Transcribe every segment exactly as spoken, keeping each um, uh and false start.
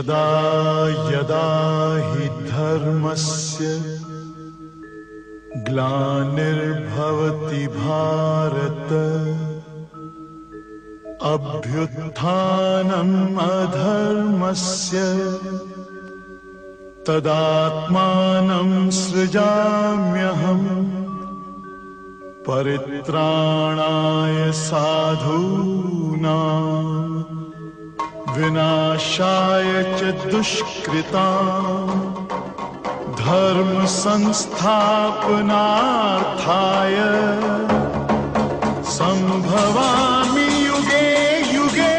यदा यदा हि धर्मस्य ग्लानिर्भवति भारत अभ्युत्थानम् अधर्मस्य तदात्मानं सृजाम्यहम् परित्राणाय साधूनां विनाशाय च दुष्कृतां धर्म संस्थापनार्थाय संभवामि युगे युगे.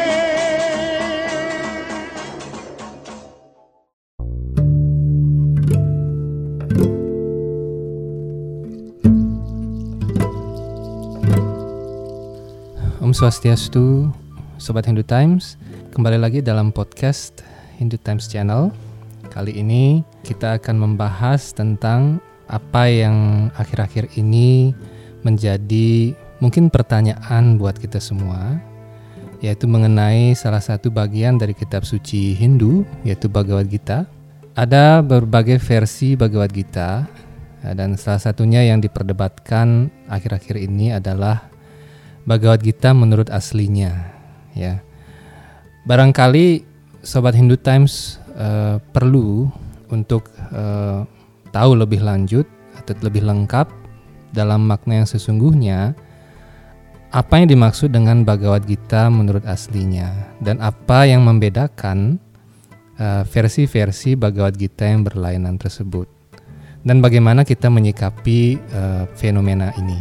Om Swastiastu, Sobat Hindu Times. Kembali lagi dalam podcast Hindu Times Channel. Kali ini kita akan membahas tentang apa yang akhir-akhir ini menjadi mungkin pertanyaan buat kita semua, yaitu mengenai salah satu bagian dari kitab suci Hindu, yaitu Bhagavad Gita. Ada berbagai versi Bhagavad Gita, dan salah satunya yang diperdebatkan akhir-akhir ini adalah Bhagavad Gita menurut aslinya, ya. Barangkali Sobat Hindu Times uh, perlu untuk uh, tahu lebih lanjut atau lebih lengkap dalam makna yang sesungguhnya apa yang dimaksud dengan Bhagavad Gita menurut aslinya dan apa yang membedakan uh, versi-versi Bhagavad Gita yang berlainan tersebut dan bagaimana kita menyikapi uh, fenomena ini.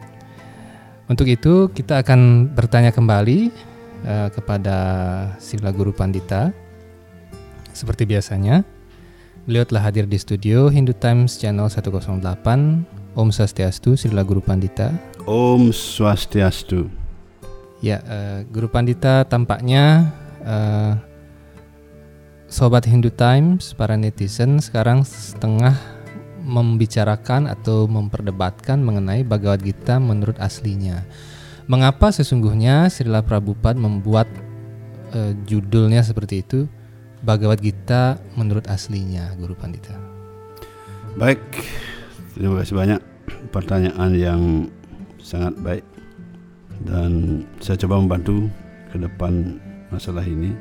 Untuk itu kita akan bertanya kembali Uh, kepada Srila Guru Pandita. Seperti biasanya, beliau telah hadir di studio Hindu Times Channel seratus delapan. Om Swastiastu, Srila Guru Pandita. Om Swastiastu. Ya, uh, Guru Pandita tampaknya uh, Sobat Hindu Times, para netizen sekarang setengah membicarakan atau memperdebatkan mengenai Bhagavad Gita menurut aslinya. Mengapa sesungguhnya Srila Prabhupada membuat uh, judulnya seperti itu, Bhagavad Gita menurut aslinya, Guru Pandita? Baik, terima kasih banyak, pertanyaan yang sangat baik, dan saya coba membantu ke depan masalah ini.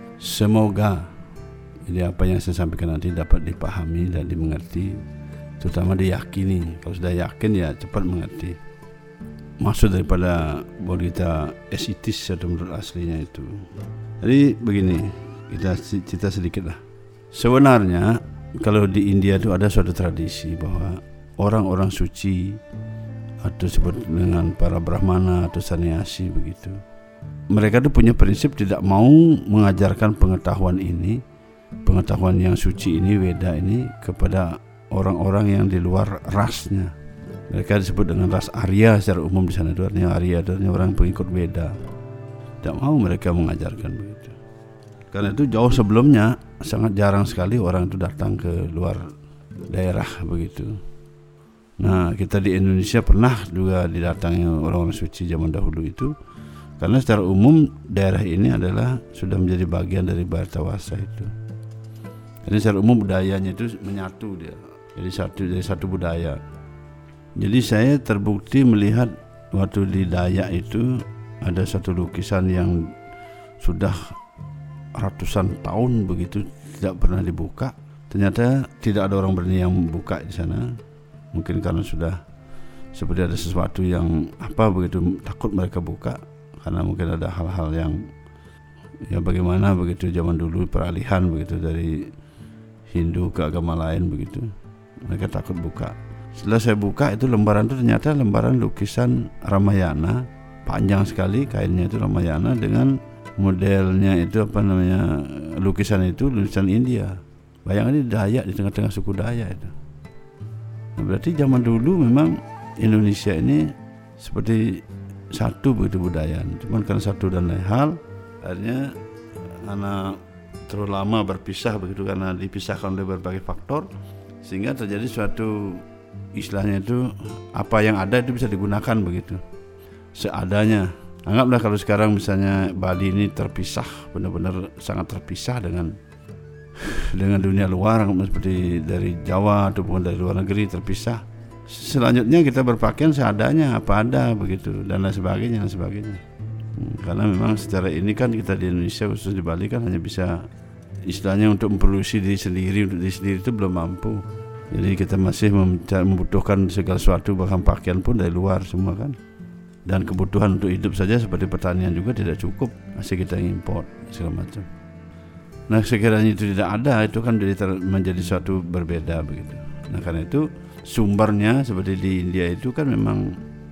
Semoga jadi apa yang saya sampaikan nanti dapat dipahami dan dimengerti, terutama diyakini. Kalau sudah yakin ya cepat mengerti maksud daripada Bodhita esitis atau menurut aslinya itu. Jadi begini, kita cerita sedikit lah. Sebenarnya kalau di India itu ada suatu tradisi bahwa orang-orang suci atau disebut dengan para brahmana atau sannyasi begitu, mereka itu punya prinsip tidak mau mengajarkan pengetahuan ini, pengetahuan yang suci ini, Weda ini, kepada orang-orang yang di luar rasnya. Mereka disebut dengan ras Arya secara umum di sana. Itu artinya Arya, itu artinya orang pengikut Weda. Tidak mau mereka mengajarkan begitu. Karena itu jauh sebelumnya sangat jarang sekali orang itu datang ke luar daerah begitu. Nah, kita di Indonesia pernah juga didatangi orang-orang suci zaman dahulu itu, karena secara umum daerah ini adalah sudah menjadi bagian dari Bharatawasa itu. Jadi secara umum budayanya itu menyatu dia. Jadi satu dari satu budaya. Jadi saya terbukti melihat waktu di Dayak itu ada satu lukisan yang sudah ratusan tahun begitu tidak pernah dibuka. Ternyata tidak ada orang berani yang membuka di sana. Mungkin karena sudah seperti ada sesuatu yang apa begitu takut mereka buka, karena mungkin ada hal-hal yang ya bagaimana begitu zaman dulu peralihan begitu dari Hindu ke agama lain begitu. Mereka takut buka. Setelah saya buka itu lembaran itu ternyata lembaran lukisan Ramayana, panjang sekali kainnya itu Ramayana dengan modelnya itu apa namanya, lukisan itu lukisan India. Bayangkan ini Dayak di tengah-tengah suku Dayak itu. Nah, berarti zaman dulu memang Indonesia ini seperti satu begitu budaya. Cuman karena satu dan lain hal, akhirnya anak terlalu lama berpisah begitu karena dipisahkan oleh berbagai faktor, sehingga terjadi suatu istilahnya itu apa yang ada itu bisa digunakan begitu seadanya. Anggaplah kalau sekarang misalnya Bali ini terpisah, benar-benar sangat terpisah dengan dengan dunia luar seperti dari Jawa ataupun dari luar negeri terpisah. Selanjutnya kita berpakaian seadanya, apa ada begitu dan lain sebagainya dan sebagainya. Hmm, karena memang secara ini kan kita di Indonesia khusus di Bali kan hanya bisa istilahnya untuk memproduksi diri sendiri untuk diri sendiri itu belum mampu. Jadi kita masih membutuhkan segala sesuatu, bahkan pakaian pun dari luar semua kan. Dan kebutuhan untuk hidup saja seperti pertanian juga tidak cukup, masih kita import segala macam. Nah sekiranya itu tidak ada, itu kan menjadi, menjadi suatu berbeda begitu. Nah karena itu sumbernya seperti di India itu kan memang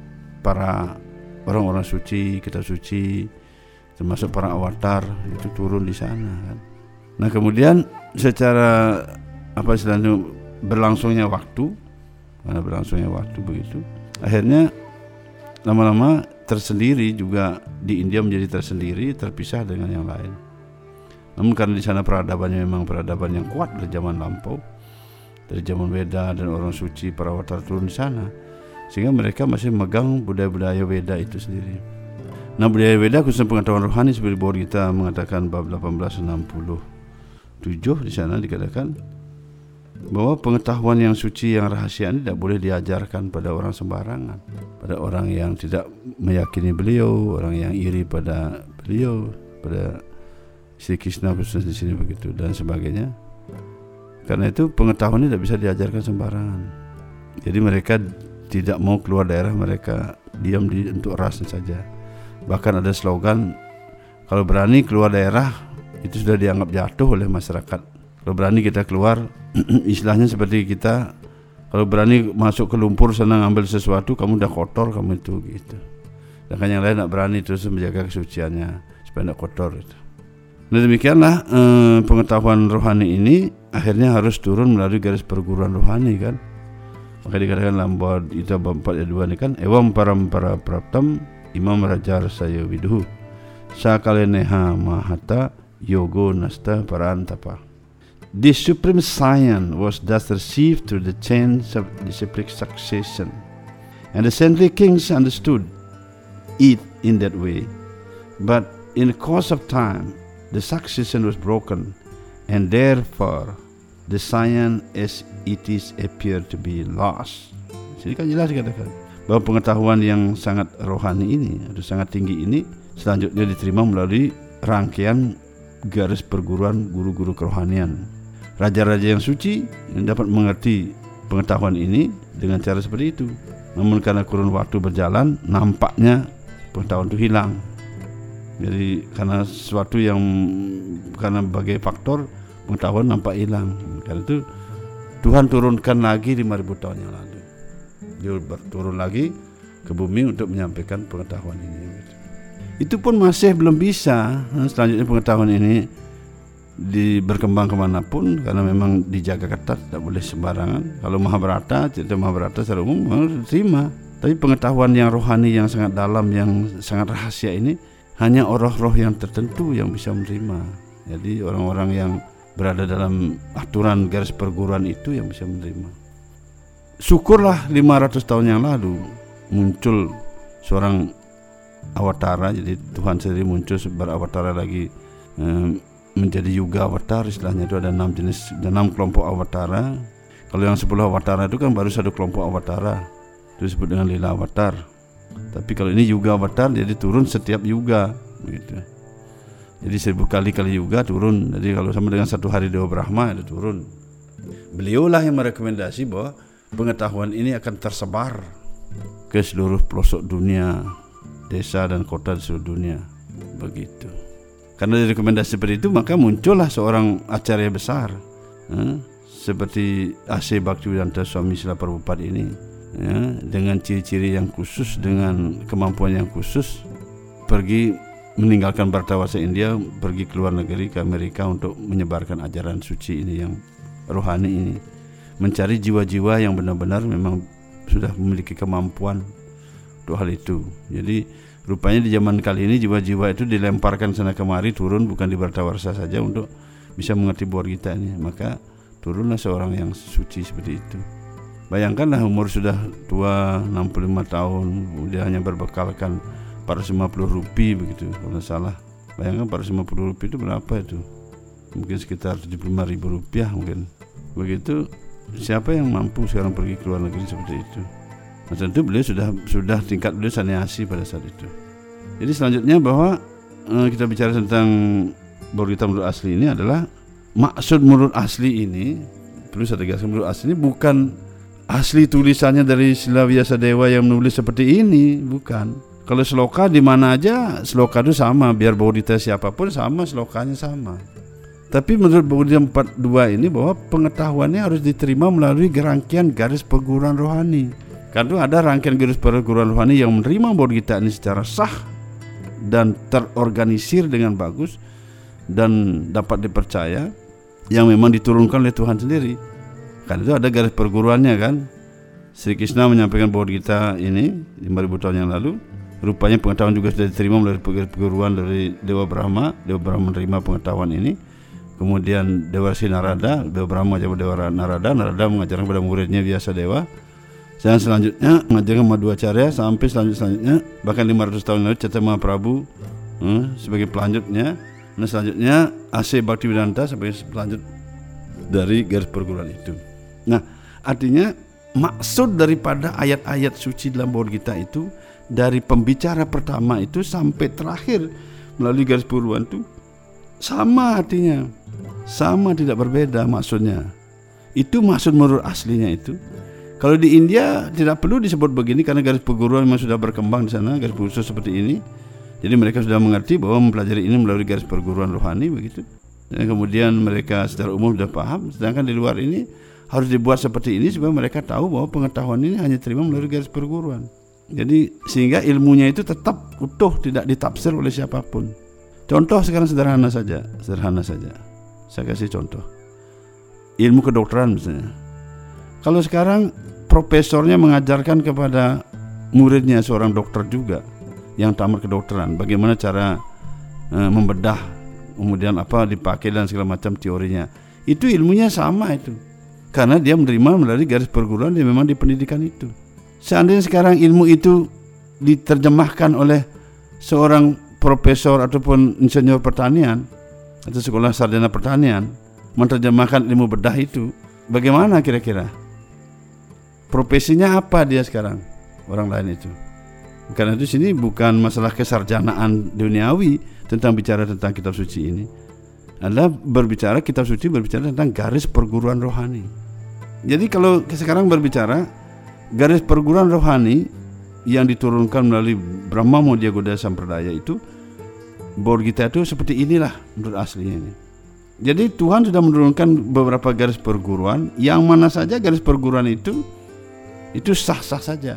para orang-orang suci, kitab suci, termasuk para avatar itu turun di sana kan. Nah kemudian secara apa istilahnya berlangsungnya waktu, karena berlangsungnya waktu begitu, akhirnya lama-lama tersendiri juga di India menjadi tersendiri, terpisah dengan yang lain. Namun karena di sana peradabannya memang peradaban yang kuat dari zaman lampau, dari zaman Weda dan orang suci para avatar turun di sana, sehingga mereka masih memegang budaya-budaya Weda itu sendiri. Nah budaya Weda khususnya pengetahuan rohani seperti Bor kita mengatakan bab delapan belas enam puluh tujuh di sana dikatakan bahwa pengetahuan yang suci yang rahasia ini tidak boleh diajarkan pada orang sembarangan, pada orang yang tidak meyakini beliau, orang yang iri pada beliau, pada Sri Krishna khususnya di sini begitu dan sebagainya. Karena itu pengetahuan ini tidak bisa diajarkan sembarangan. Jadi mereka tidak mau keluar daerah, mereka diam di untuk rasnya saja. Bahkan ada slogan, kalau berani keluar daerah itu sudah dianggap jatuh oleh masyarakat. Kalau berani kita keluar, istilahnya seperti kita kalau berani masuk ke lumpur sana ngambil sesuatu, kamu udah kotor kamu itu gitu. Sedangkan yang lain tidak berani terus menjaga kesuciannya supaya tidak kotor itu. Nah demikianlah eh, pengetahuan rohani ini akhirnya harus turun melalui garis perguruan rohani kan. Maka dikatakan dalam bab itu bab empat ayat dua ini kan, evam parampara praptam imam raja rasaya viduhu sakaleneha mahata yogo nasta parantapa. This supreme science was thus received through the chains of disciplic succession, and the saintly kings understood it in that way. But in the course of time, the succession was broken, and therefore the science as it is appeared to be lost. Jadi kan jelas dikatakan bahwa pengetahuan yang sangat rohani ini atau sangat tinggi ini selanjutnya diterima melalui rangkaian garis perguruan guru-guru kerohanian. Raja-raja yang suci yang dapat mengerti pengetahuan ini dengan cara seperti itu. Namun karena kurun waktu berjalan, nampaknya pengetahuan itu hilang. Jadi karena sesuatu yang karena berbagai faktor pengetahuan nampak hilang. Karena itu Tuhan turunkan lagi lima ribu tahun yang lalu. Dia turun lagi ke bumi untuk menyampaikan pengetahuan ini. Itu pun masih belum bisa. Selanjutnya pengetahuan ini di berkembang kemanapun karena memang dijaga ketat, tidak boleh sembarangan. Kalau Mahabharata, cerita Mahabharata secara umum harus diterima. Tapi pengetahuan yang rohani yang sangat dalam, yang sangat rahasia ini hanya roh-roh yang tertentu yang bisa menerima. Jadi orang-orang yang berada dalam aturan garis perguruan itu yang bisa menerima. Syukurlah lima ratus tahun yang lalu muncul seorang awatara. Jadi Tuhan sendiri muncul beravatara lagi, eh, menjadi yuga avatar. Istilahnya itu ada enam jenis, ada enam kelompok avatara. Kalau yang sepuluh avatara itu kan baru satu kelompok avatara, itu disebut dengan lila avatar. Tapi kalau ini yuga avatar, jadi turun setiap yuga gitu. Jadi seribu kali kali yuga turun. Jadi kalau sama dengan satu hari Dewa Brahma itu turun. Beliaulah yang merekomendasi bahwa pengetahuan ini akan tersebar ke seluruh pelosok dunia, desa dan kota di seluruh dunia. Begitu. Karena dari rekomendasi seperti itu, maka muncullah seorang acarya besar, eh, seperti A C Bhaktivedanta Swami Srila Prabhupada ini, ya, dengan ciri-ciri yang khusus, dengan kemampuan yang khusus, pergi meninggalkan Bharatawasa India, pergi ke luar negeri ke Amerika untuk menyebarkan ajaran suci ini yang rohani ini, mencari jiwa-jiwa yang benar-benar memang sudah memiliki kemampuan untuk hal itu. Jadi rupanya di zaman kali ini jiwa-jiwa itu dilemparkan sana kemari, turun bukan di Bharatawasa saja untuk bisa mengerti Bor Gita ini. Maka turunlah seorang yang suci seperti itu. Bayangkanlah umur sudah tua, enam puluh lima tahun, dia hanya berbekalkan empat ratus lima puluh rupiah begitu kalau salah. Bayangkan empat ratus lima puluh rupiah itu berapa itu? mungkin sekitar tujuh puluh lima ribu rupiah mungkin. Begitu, siapa yang mampu sekarang pergi ke luar negeri seperti itu? Nah, tentu beliau sudah sudah tingkat beliau sannyasi pada saat itu. Jadi selanjutnya bahwa eh, kita bicara tentang Bodhgita menurut asli ini adalah maksud menurut asli ini, perlu saya tegaskan, menurut asli ini bukan asli tulisannya dari Sila Vyasadeva yang menulis seperti ini, bukan. Kalau sloka di mana aja sloka itu sama, biar Bodhgita siapapun sama, slokanya sama. Tapi menurut Bodhgita empat puluh dua ini bahwa pengetahuannya harus diterima melalui rangkaian garis perguruan rohani. Karena ada rangkaian garis perguruan rohani yang menerima Bodhgita ini secara sah dan terorganisir dengan bagus dan dapat dipercaya, yang memang diturunkan oleh Tuhan sendiri. Karena itu ada garis perguruannya kan. Sri Krishna menyampaikan Bodhgita ini lima ribu tahun yang lalu. Rupanya pengetahuan juga sudah diterima melalui garis perguruan dari Dewa Brahma. Dewa Brahma menerima pengetahuan ini. Kemudian Dewa Sri Narada, Dewa Brahma mengajar Dewa Narada, Narada mengajarkan kepada muridnya Vyasadeva. Dan selanjutnya mengajarkan Madhvacarya sampai selanjutnya, selanjutnya bahkan lima ratus tahun lalu Chaitanya Mahaprabhu eh, sebagai pelanjutnya. Nah selanjutnya A C Bhaktivedanta sebagai pelanjut dari garis perguruan itu. Nah artinya maksud daripada ayat-ayat suci dalam Bodhgita itu dari pembicara pertama itu sampai terakhir melalui garis perguruan itu sama artinya, sama, tidak berbeda maksudnya. Itu maksud menurut aslinya itu. Kalau di India tidak perlu disebut begini karena garis perguruan memang sudah berkembang di sana, garis perguruan seperti ini. Jadi mereka sudah mengerti bahwa mempelajari ini melalui garis perguruan rohani begitu. Dan kemudian mereka secara umum sudah paham. Sedangkan di luar ini harus dibuat seperti ini supaya mereka tahu bahwa pengetahuan ini hanya terima melalui garis perguruan. Jadi sehingga ilmunya itu tetap utuh, tidak ditafsir oleh siapapun. Contoh sekarang sederhana saja, sederhana saja. Saya kasih contoh. Ilmu kedokteran misalnya. Kalau sekarang profesornya mengajarkan kepada muridnya seorang dokter juga yang tamat kedokteran, bagaimana cara e, membedah, kemudian apa dipakai dan segala macam teorinya. Itu ilmunya sama itu. Karena dia menerima melalui garis perguruan yang memang di pendidikan itu. Seandainya sekarang ilmu itu diterjemahkan oleh seorang profesor ataupun insinyur pertanian atau sekolah sarjana pertanian menerjemahkan ilmu bedah itu, bagaimana kira-kira? Profesinya apa dia sekarang? Orang lain itu. Karena itu sini bukan masalah kesarjanaan duniawi tentang bicara tentang kitab suci ini. Adalah berbicara kitab suci berbicara tentang garis perguruan rohani. Jadi kalau sekarang berbicara garis perguruan rohani yang diturunkan melalui Brahma Maudya Gaudiya Sampradaya itu, Bodhgita itu seperti inilah menurut aslinya ini. Jadi Tuhan sudah menurunkan beberapa garis perguruan, yang mana saja garis perguruan itu itu sah-sah saja.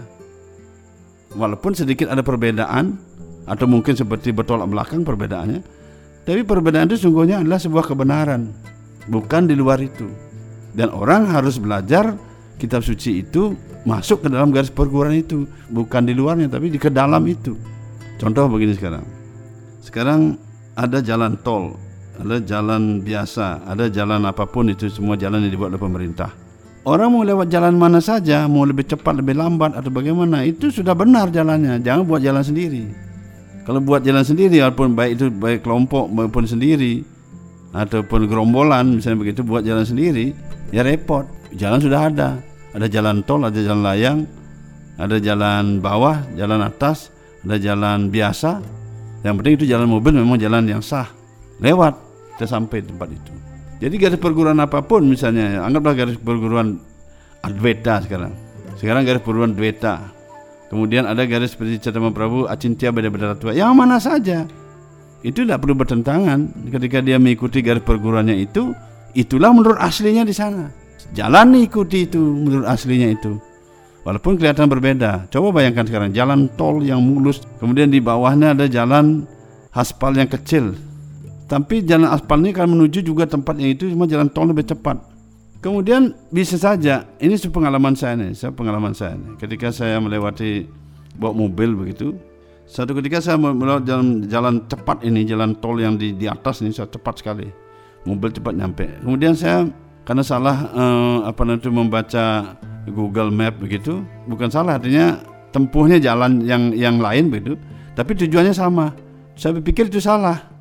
Walaupun sedikit ada perbedaan atau mungkin seperti bertolak belakang perbedaannya, tapi perbedaan itu sungguhnya adalah sebuah kebenaran, bukan di luar itu. Dan orang harus belajar kitab suci itu masuk ke dalam garis perguruan itu, bukan di luarnya tapi di ke dalam itu. Contoh begini sekarang. Sekarang ada jalan tol, ada jalan biasa, ada jalan apapun itu, semua jalan yang dibuat oleh pemerintah. Orang mau lewat jalan mana saja, mau lebih cepat, lebih lambat atau bagaimana, itu sudah benar jalannya. Jangan buat jalan sendiri. Kalau buat jalan sendiri, walaupun baik itu baik kelompok maupun sendiri ataupun gerombolan misalnya begitu, buat jalan sendiri, ya repot. Jalan sudah ada. Ada jalan tol, ada jalan layang, ada jalan bawah, jalan atas, ada jalan biasa. Yang penting itu jalan mobil memang jalan yang sah. Lewat, kita sampai di tempat itu. Jadi garis perguruan apapun misalnya, anggaplah garis perguruan Advaita sekarang. Sekarang garis perguruan Dvaita. Kemudian ada garis seperti Chaitanya Mahaprabhu Acintya Beda Beda Tattva. Yang mana saja. Itu tidak perlu bertentangan. Ketika dia mengikuti garis perguruannya itu, itulah menurut aslinya di sana. Jalan ikuti itu menurut aslinya itu. Walaupun kelihatan berbeda. Coba bayangkan sekarang jalan tol yang mulus, kemudian di bawahnya ada jalan aspal yang kecil. Tapi jalan aspal ini akan menuju juga tempat yang itu, cuma jalan tol lebih cepat. Kemudian bisa saja, ini pengalaman saya nih, saya pengalaman saya nih. Ketika saya melewati bawa mobil begitu, satu ketika saya melewati jalan, jalan cepat ini, jalan tol yang di, di atas ini, saya cepat sekali, mobil cepat nyampe. Kemudian saya karena salah eh, apa nanti membaca Google Map begitu, bukan salah, artinya tempuhnya jalan yang yang lain begitu, tapi tujuannya sama. Saya pikir itu salah.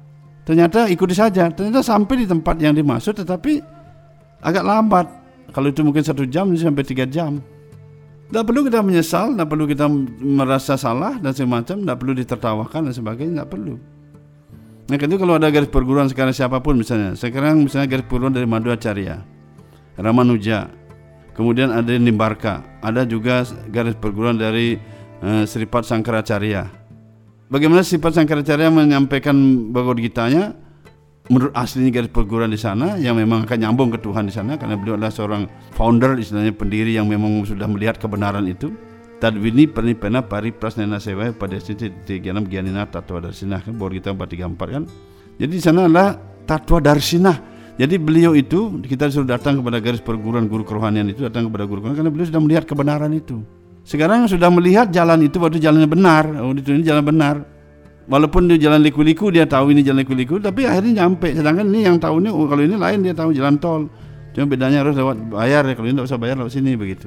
Ternyata ikuti saja. Ternyata sampai di tempat yang dimaksud tetapi agak lambat. Kalau itu mungkin satu jam sampai tiga jam. Tidak perlu kita menyesal, tidak perlu kita merasa salah dan semacam, tidak perlu ditertawakan dan sebagainya, tidak perlu. Nah itu kalau ada garis perguruan sekarang siapapun misalnya, sekarang misalnya garis perguruan dari Madhvacarya, Ramanuja, kemudian ada Nimbarka, ada juga garis perguruan dari uh, Sripat Sangkaracarya. Bagaimana Sripat Sangkaracarya menyampaikan Bhagavad Gitanya menurut aslinya garis perguruan di sana yang memang akan nyambung ke Tuhan di sana karena beliau adalah seorang founder, istilahnya pendiri yang memang sudah melihat kebenaran itu. Tadvini pernipena pariprasnena sevaya pada sisi tiganam gyanina tatwa darsinah kan Bhagavad Gita empat tiga empat kan. Jadi di sana adalah tatwa darsinah. Jadi beliau itu kita disuruh datang kepada garis perguruan guru kerohanian itu, datang kepada guru kerohanian karena beliau sudah melihat kebenaran itu. Sekarang sudah melihat jalan itu waktu jalannya benar, oh itu ini jalan benar. Walaupun dia jalan liku-liku, dia tahu ini jalan liku-liku, tapi akhirnya nyampe. Sedangkan ini yang tahu ini, oh, kalau ini lain dia tahu jalan tol. Cuma bedanya harus lewat bayar ya, kalau ini tidak usah bayar lewat sini begitu.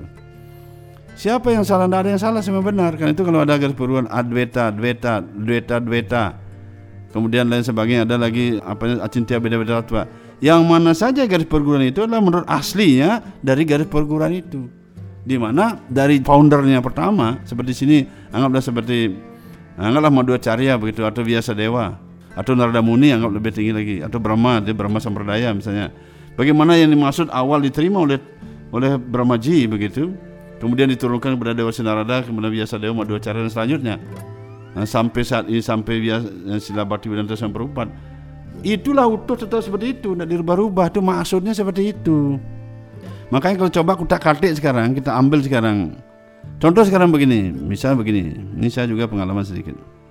Siapa yang salah? Tidak ada yang salah, semua benar. Karena itu kalau ada garis perguruan adveta, dveta, dveta, dveta, kemudian lain sebagainya, ada lagi apa acintya beda-beda tatwa. Yang mana saja garis perguruan itu adalah menurut aslinya dari garis perguruan itu. Di mana dari foundernya pertama seperti sini anggaplah seperti anggaplah Madhvacarya begitu atau Vyasadeva atau Narada Muni anggap lebih tinggi lagi atau Brahma, dia Brahma Sampradaya misalnya. Bagaimana yang dimaksud awal diterima oleh oleh Brahmaji begitu, kemudian diturunkan kepada Dewa Narada, kemudian Vyasadeva, Madhvacarya dan selanjutnya. Nah, sampai saat ini sampai Sila Bhaktivedanta Swami Prabhupada. Itulah utuh tetap seperti itu, tidak dirubah-rubah, itu maksudnya seperti itu. Makanya kalau coba kutak-katik sekarang, kita ambil sekarang. Contoh sekarang begini, misalnya begini, ini saya juga pengalaman sedikit.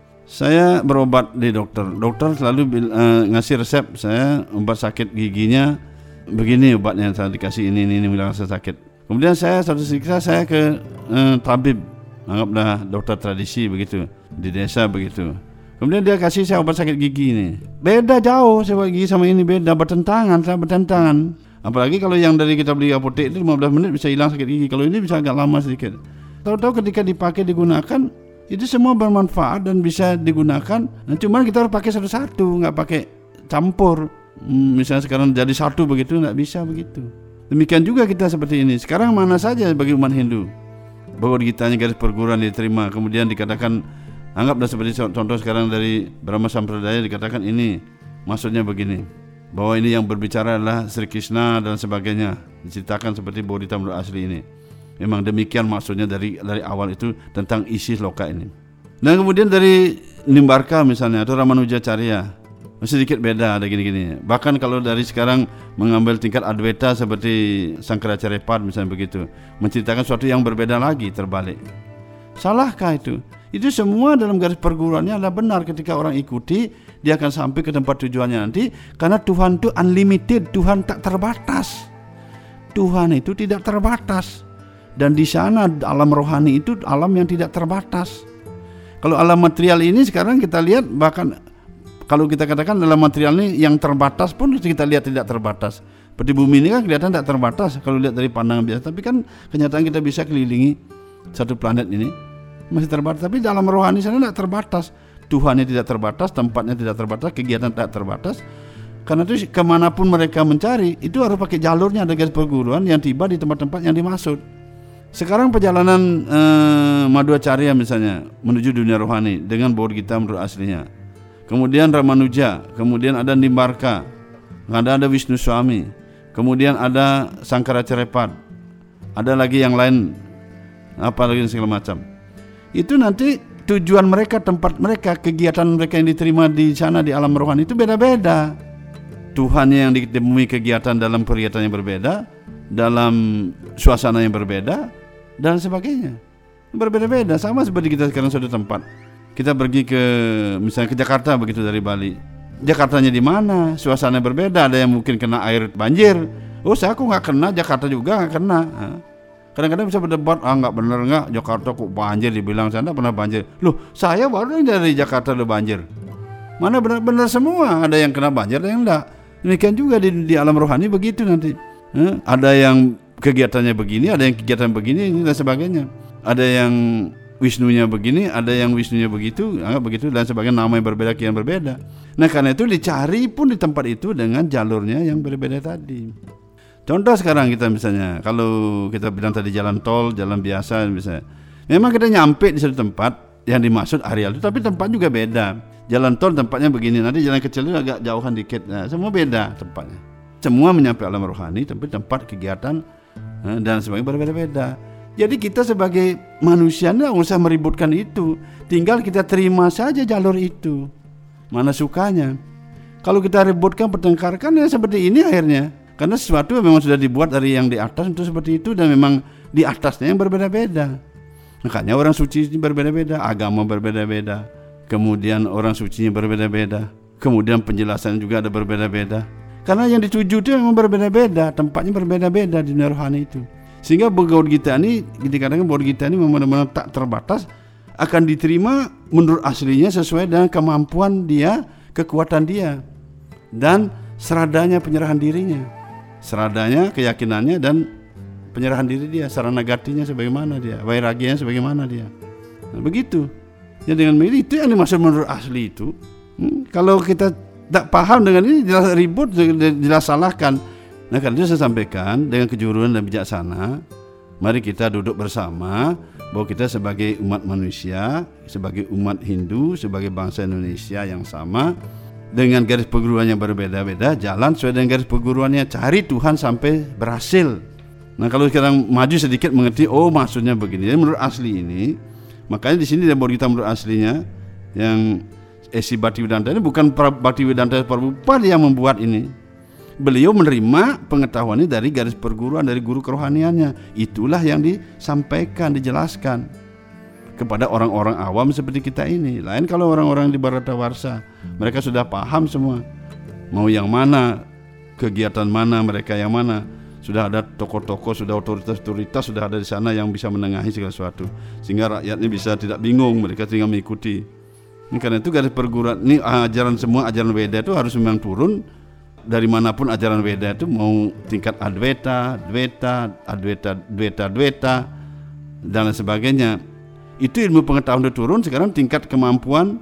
Saya berobat di dokter, dokter selalu uh, ngasih resep saya obat sakit giginya, begini obatnya saya dikasih ini ini ini bilang saya sakit. Kemudian saya suatu ketika saya ke uh, tabib, anggaplah dokter tradisi begitu di desa begitu. Kemudian dia kasih saya obat sakit gigi ini, beda jauh saya gigi sama ini beda, bertentangan, saya bertentangan. Apalagi kalau yang dari kita beli apotek itu lima belas menit bisa hilang sakit gigi. Kalau ini bisa agak lama sedikit. Tahu-tahu ketika dipakai digunakan itu semua bermanfaat dan bisa digunakan. Nah, cuman kita harus pakai satu-satu, nggak pakai campur. Hmm, misalnya sekarang jadi satu begitu, nggak bisa begitu. Demikian juga kita seperti ini. Sekarang mana saja bagi umat Hindu, Bhagavad Gitanya garis perguruan diterima. Kemudian dikatakan, anggaplah seperti contoh sekarang dari Brahma Sampradaya dikatakan ini maksudnya begini. Bahwa ini yang berbicara adalah Sri Krishna dan sebagainya, diceritakan seperti Bhagavad Gita menurut asli ini. Memang demikian maksudnya dari dari awal itu tentang isi sloka ini. Dan kemudian dari Nimbarka misalnya atau Ramanujacarya sedikit beda, ada gini-gini. Bahkan kalau dari sekarang mengambil tingkat Advaita seperti Sangkaracarya Pad misalnya begitu, menceritakan sesuatu yang berbeda lagi, terbalik. Salahkah itu? Itu semua dalam garis perguruannya adalah benar. Ketika orang ikuti, dia akan sampai ke tempat tujuannya nanti. Karena Tuhan itu unlimited, Tuhan tak terbatas. Tuhan itu tidak terbatas. Dan di sana alam rohani itu alam yang tidak terbatas. Kalau alam material ini sekarang kita lihat, bahkan kalau kita katakan dalam material ini yang terbatas pun kita lihat tidak terbatas. Seperti bumi ini kan kelihatan tidak terbatas kalau lihat dari pandangan biasa. Tapi kan kenyataan kita bisa kelilingi satu planet ini masih terbatas, tapi dalam rohani sana tidak terbatas. Tuhannya tidak terbatas, tempatnya tidak terbatas, kegiatan tidak terbatas. Karena itu kemanapun mereka mencari, itu harus pakai jalurnya, ada garis perguruan yang tiba di tempat-tempat yang dimaksud. Sekarang perjalanan eh, Madhvacarya misalnya menuju dunia rohani dengan Bhagavad Gita menurut aslinya. Kemudian Ramanuja, kemudian ada Nimbarka, ada ada Vishnu Swami, kemudian ada Sangkaracarya Pad, ada lagi yang lain, apa lagi segala macam. Itu nanti tujuan mereka, tempat mereka, kegiatan mereka yang diterima di sana di alam rohani itu beda-beda. Tuhannya yang ditemui kegiatan dalam kegiatan yang berbeda, dalam suasana yang berbeda dan sebagainya. Berbeda-beda, sama seperti kita sekarang suatu tempat. Kita pergi ke misalnya ke Jakarta begitu dari Bali. Jakartanya di mana? Suasana berbeda, ada yang mungkin kena air banjir. Oh, saya aku nggak kena, Jakarta juga nggak kena. Kadang-kadang bisa berdebat, ah nggak benar nggak Jakarta kok banjir, dibilang saya nggak pernah banjir. Loh, saya baru dari Jakarta udah banjir. Mana benar-benar semua, ada yang kena banjir, ada yang enggak. Demikian juga di, di alam rohani begitu nanti. Eh, ada yang kegiatannya begini, ada yang kegiatan begini dan sebagainya. Ada yang Wisnunya begini, ada yang Wisnunya begitu, anggap begitu, dan sebagainya, nama yang berbeda, kian berbeda. Nah karena itu dicari pun di tempat itu dengan jalurnya yang berbeda tadi. Contoh sekarang kita misalnya, kalau kita bilang tadi jalan tol, jalan biasa misalnya, memang kita nyampe di satu tempat yang dimaksud areal itu, tapi tempat juga beda. Jalan tol tempatnya begini, nanti jalan kecil itu agak jauhan dikit, nah, semua beda tempatnya. Semua menyampai alam rohani, tapi tempat kegiatan dan sebagainya berbeda-beda. Jadi kita sebagai manusia nggak usah meributkan itu, tinggal kita terima saja jalur itu, mana sukanya. Kalau kita ributkan, pertengkarkan, ya seperti ini akhirnya. Karena sesuatu memang sudah dibuat dari yang di atas untuk seperti itu, dan memang di atasnya yang berbeda-beda. Makanya orang suci berbeda-beda, agama berbeda-beda, kemudian orang sucinya berbeda-beda, kemudian penjelasan juga ada berbeda-beda. Karena yang dituju itu memang berbeda-beda, tempatnya berbeda-beda di dunia rohani itu. Sehingga Bhagavad Gita ini, dikatakan Bhagavad Gita ini memang benar-benar tak terbatas, akan diterima menurut aslinya sesuai dengan kemampuan dia, kekuatan dia, dan seradanya penyerahan dirinya, seradanya keyakinannya dan penyerahan diri dia, sarana gatinya sebagaimana dia, vairagyanya sebagaimana dia. Nah, begitu. Ya dengan itu yang dimaksud menurut asli itu. Hmm, kalau kita tak paham dengan ini, jelas ribut, jelas salahkan. Nah karena itu saya sampaikan dengan kejujuran dan bijaksana, mari kita duduk bersama bahwa kita sebagai umat manusia, sebagai umat Hindu, sebagai bangsa Indonesia yang sama, dengan garis perguruan yang berbeda-beda, jalan sesuai dengan garis perguruannya, cari Tuhan sampai berhasil. Nah kalau sekarang maju sedikit mengerti, oh maksudnya begini. Jadi menurut asli ini, makanya di sini dia baru kita menurut aslinya yang Esi Bhaktivedanta ini bukan Bhaktivedanta Prabhupada yang membuat ini. Beliau menerima pengetahuannya dari garis perguruan, dari guru kerohaniannya. Itulah yang disampaikan, dijelaskan kepada orang-orang awam seperti kita ini. Lain kalau orang-orang di Bharatawarsha, mereka sudah paham semua, mau yang mana, kegiatan mana, mereka yang mana. Sudah ada tokoh-tokoh, sudah otoritas-otoritas sudah ada di sana yang bisa menengahi segala sesuatu, sehingga rakyatnya bisa tidak bingung, mereka tinggal mengikuti. Ini karena itu garis perguruan ini, ajaran semua ajaran Weda itu harus memang turun dari manapun. Ajaran Weda itu mau tingkat Advaita, Dvaita, Advaita, Dvaita, Dvaita dan lain sebagainya. Itu ilmu pengetahuan itu turun. Sekarang tingkat kemampuan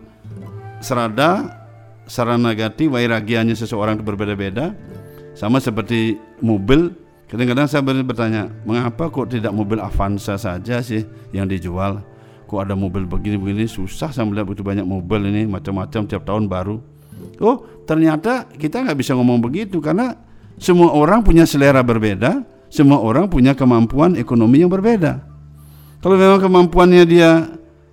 serada, sarana gati, vairagyanya seseorang itu berbeda-beda. Sama seperti mobil. Kadang-kadang saya bertanya, mengapa kok tidak mobil Avanza saja sih yang dijual? Kok ada mobil begini-begini, susah saya melihat begitu banyak mobil ini, macam-macam tiap tahun baru. Oh ternyata kita nggak bisa ngomong begitu, karena semua orang punya selera berbeda, semua orang punya kemampuan ekonomi yang berbeda. Kalau memang kemampuannya dia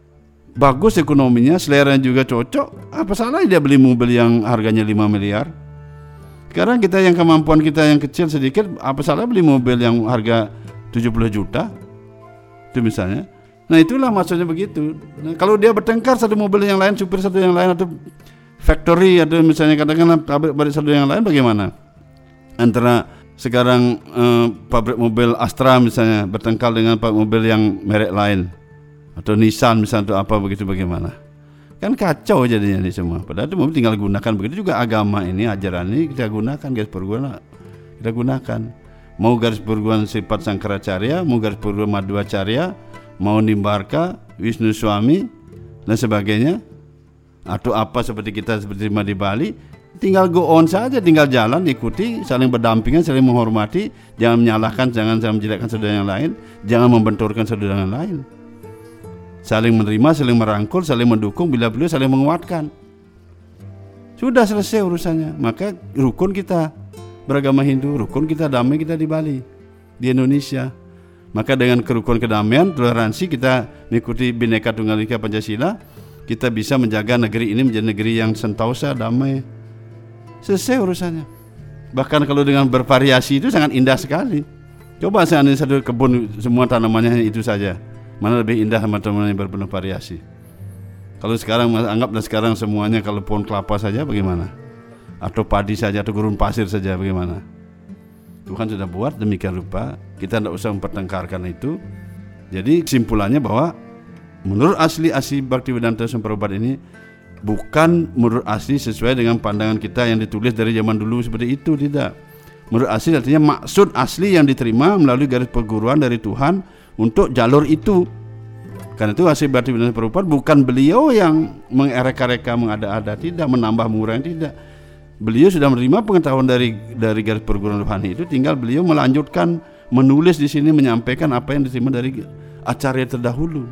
bagus ekonominya, selera juga cocok, apa salahnya dia beli mobil yang harganya lima miliar? Sekarang kita yang kemampuan kita yang kecil sedikit, apa salah beli mobil yang harga tujuh puluh juta? Itu misalnya. Nah itulah maksudnya begitu. Nah, kalau dia bertengkar satu mobil yang lain, supir satu yang lain, atau factory, atau misalnya katakanlah pabrik satu yang lain, bagaimana? Antara sekarang eh, pabrik mobil Astra misalnya bertengkar dengan pabrik mobil yang merek lain, atau Nissan misalnya, atau apa begitu, bagaimana? Kan kacau jadinya ini semua. Padahal itu mobil tinggal gunakan. Begitu juga agama ini, ajaran ini kita gunakan, garis perguruan kita gunakan. Mau garis perguruan sifat Sangkaracarya, mau garis perguruan Madhvacarya, mau Nimbarka, Wisnu Swami dan sebagainya, atau apa seperti kita seperti di Bali, tinggal go on saja, tinggal jalan, ikuti, saling berdampingan, saling menghormati, jangan menyalahkan, jangan menjelekkan saudara yang lain, jangan membenturkan saudara yang lain. Saling menerima, saling merangkul, saling mendukung, bila perlu saling menguatkan. Sudah selesai urusannya. Maka rukun kita beragama Hindu, rukun kita damai kita di Bali, di Indonesia. Maka dengan kerukunan kedamaian, toleransi, kita mengikuti Bhinneka Tunggal Ika Pancasila, kita bisa menjaga negeri ini menjadi negeri yang sentosa, damai. Selesai urusannya. Bahkan kalau dengan bervariasi itu sangat indah sekali. Coba seandainya satu kebun semua tanamannya itu saja, mana lebih indah sama tanaman yang berpenuh variasi. Kalau sekarang anggaplah sekarang semuanya kalau pohon kelapa saja bagaimana? Atau padi saja, atau gurun pasir saja bagaimana? Tuhan sudah buat demikian rupa, kita tidak usah mempertengkarkan itu. Jadi kesimpulannya bahwa menurut asli asli Bhaktivedanta Prabhupada ini bukan menurut asli sesuai dengan pandangan kita yang ditulis dari zaman dulu seperti itu, tidak. Menurut asli artinya maksud asli yang diterima melalui garis perguruan dari Tuhan untuk jalur itu. Karena itu hasil Bhaktivedanta Prabhupada bukan beliau yang mengereka-reka, mengada-ada, tidak menambah mengurangi, tidak. Beliau sudah menerima pengetahuan dari dari garis perguruan rohani itu, tinggal beliau melanjutkan menulis di sini, menyampaikan apa yang diterima dari acarya terdahulu.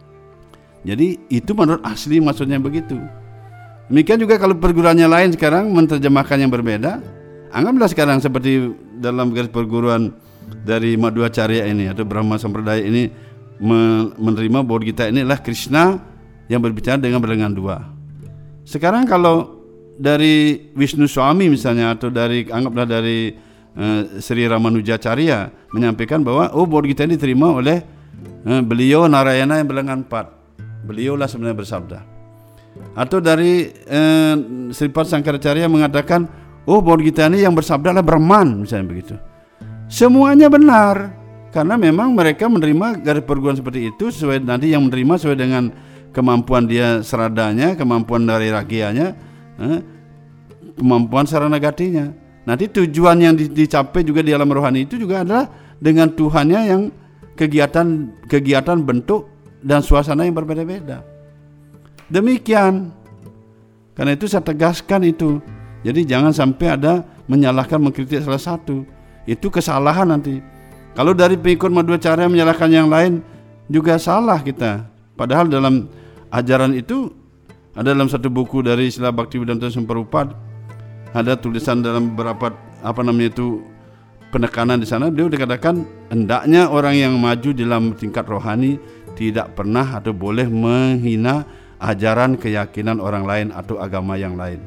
Jadi itu menurut asli maksudnya begitu. Demikian juga kalau perguruannya lain sekarang menerjemahkan yang berbeda. Anggaplah sekarang seperti dalam garis perguruan dari Madhvacarya ini atau Brahma Sampradaya ini menerima bahwa kita ini adalah Krishna yang berbicara dengan berlengan dua. Sekarang kalau dari Wisnu Swami misalnya, atau dari anggaplah dari uh, Sri Ramanujacarya menyampaikan bahwa oh bahwa kita ini diterima oleh uh, beliau Narayana yang berlengan empat, beliaulah sebenarnya bersabda. Atau dari uh, Sripad Sangkaracarya mengatakan oh bahwa kita ini yang bersabda adalah Brahman, misalnya begitu. Semuanya benar. Karena memang mereka menerima garis perguruan seperti itu sesuai, nanti yang menerima sesuai dengan kemampuan dia seradanya, kemampuan dari ragianya, eh, kemampuan saranagatinya. Nanti tujuan yang dicapai juga di alam rohani itu juga adalah dengan Tuhannya yang kegiatan kegiatan bentuk dan suasana yang berbeda-beda. Demikian. Karena itu saya tegaskan itu. Jadi jangan sampai ada menyalahkan, mengkritik salah satu. Itu kesalahan nanti. Kalau dari pengikut Madhvacarya menyalahkan yang lain juga salah kita. Padahal dalam ajaran itu ada dalam satu buku dari Srila Bhaktivedanta Prabhupada, ada tulisan dalam beberapa apa namanya itu penekanan di sana. Beliau dikatakan hendaknya orang yang maju dalam tingkat rohani tidak pernah atau boleh menghina ajaran keyakinan orang lain atau agama yang lain.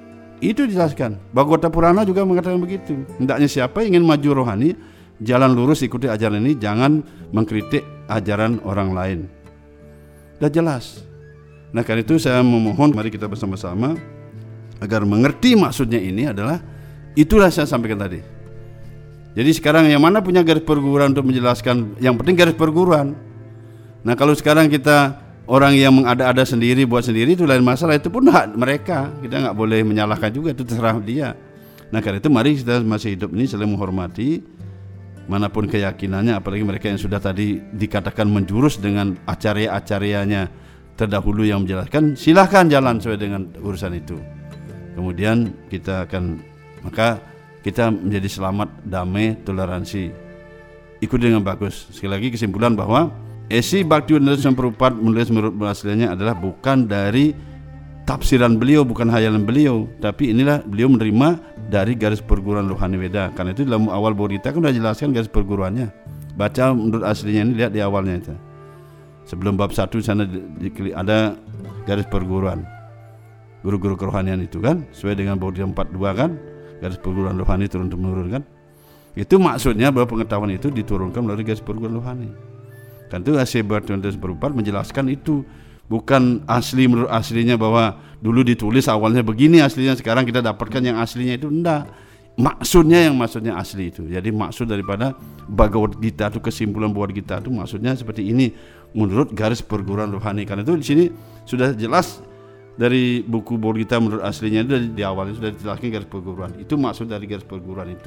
Itu dijelaskan. Bhagavata Purana juga mengatakan begitu. Hendaknya siapa yang ingin maju rohani, jalan lurus ikuti ajaran ini, jangan mengkritik ajaran orang lain. Sudah jelas. Nah karena itu saya memohon mari kita bersama-sama agar mengerti maksudnya ini adalah itulah saya sampaikan tadi. Jadi sekarang yang mana punya garis perguruan untuk menjelaskan, yang penting garis perguruan. Nah kalau sekarang kita orang yang mengada-ada sendiri, buat sendiri, itu lain masalah, itu pun hak mereka. Kita nggak boleh menyalahkan juga, itu terserah dia. Nah karena itu mari kita masih hidup ini saling menghormati manapun keyakinannya, apalagi mereka yang sudah tadi dikatakan menjurus dengan acarya-acaryanya terdahulu yang menjelaskan, silahkan jalan sesuai dengan urusan itu. Kemudian kita akan, maka kita menjadi selamat, damai, toleransi, ikut dengan bagus. Sekali lagi kesimpulan bahwa esi Bhaktivedanta Prabhupada menulis menurut aslinya adalah bukan dari tafsiran beliau, bukan hayalan beliau, tapi inilah beliau menerima dari garis perguruan rohani Weda. Karena itu dalam awal Bodhita kan sudah jelaskan garis perguruannya. Baca menurut aslinya ini, lihat di awalnya itu. Sebelum bab satu sana di, di, ada garis perguruan guru-guru kerohanian itu kan, sesuai dengan Bodhita empat puluh dua kan, garis perguruan rohani turun temurun kan. Itu maksudnya bahwa pengetahuan itu diturunkan melalui garis perguruan rohani. Kan itu hasil Bhaktivedanta Prabhupada menjelaskan itu. Bukan asli menurut aslinya bahwa dulu ditulis awalnya begini aslinya, sekarang kita dapatkan yang aslinya itu, enggak. Maksudnya yang maksudnya asli itu. Jadi maksud daripada Bhagavad Gita itu, kesimpulan Bhagavad Gita itu maksudnya seperti ini menurut garis perguruan rohani. Karena itu di sini sudah jelas dari buku Bhagavad Gita menurut aslinya itu di awalnya sudah dijelaskan garis perguruan. Itu maksud dari garis perguruan itu.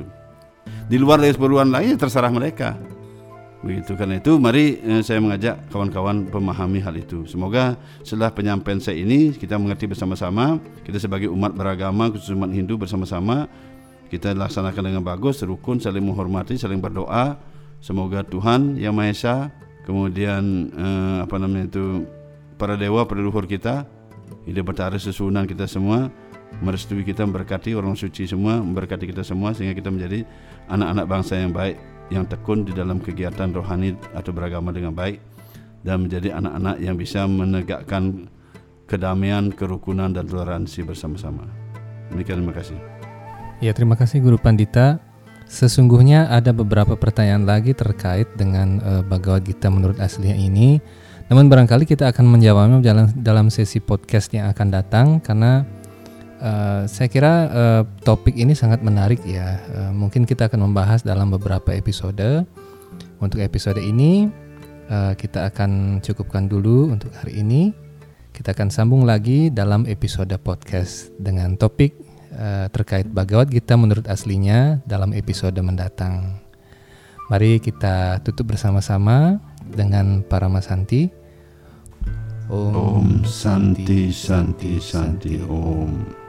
Di luar garis perguruan lain ya terserah mereka. Begitu. Karena itu mari eh, saya mengajak kawan-kawan memahami hal itu. Semoga setelah penyampaian saya ini kita mengerti bersama-sama, kita sebagai umat beragama, khusus umat Hindu bersama-sama kita laksanakan dengan bagus, rukun, saling menghormati, saling berdoa. Semoga Tuhan Yang Maha Esa, kemudian eh, apa namanya itu para dewa, para leluhur kita, Ida Bathara Susunan kita semua merestui kita, memberkati orang suci semua, memberkati kita semua sehingga kita menjadi anak-anak bangsa yang baik, yang tekun di dalam kegiatan rohani atau beragama dengan baik, dan menjadi anak-anak yang bisa menegakkan kedamaian, kerukunan dan toleransi bersama-sama. Demikian, terima kasih. Ya, terima kasih Guru Pandita. Sesungguhnya ada beberapa pertanyaan lagi terkait dengan uh, Bhagavad Gita menurut aslinya ini. Namun barangkali kita akan menjawabnya dalam dalam sesi podcast yang akan datang, karena Uh, saya kira uh, topik ini sangat menarik ya. Uh, mungkin kita akan membahas dalam beberapa episode. Untuk episode ini uh, kita akan cukupkan dulu untuk hari ini. Kita akan sambung lagi dalam episode podcast dengan topik uh, terkait Bhagavad Gita menurut aslinya dalam episode mendatang. Mari kita tutup bersama-sama dengan Paramasanti. Om Santi Santi Santi Om.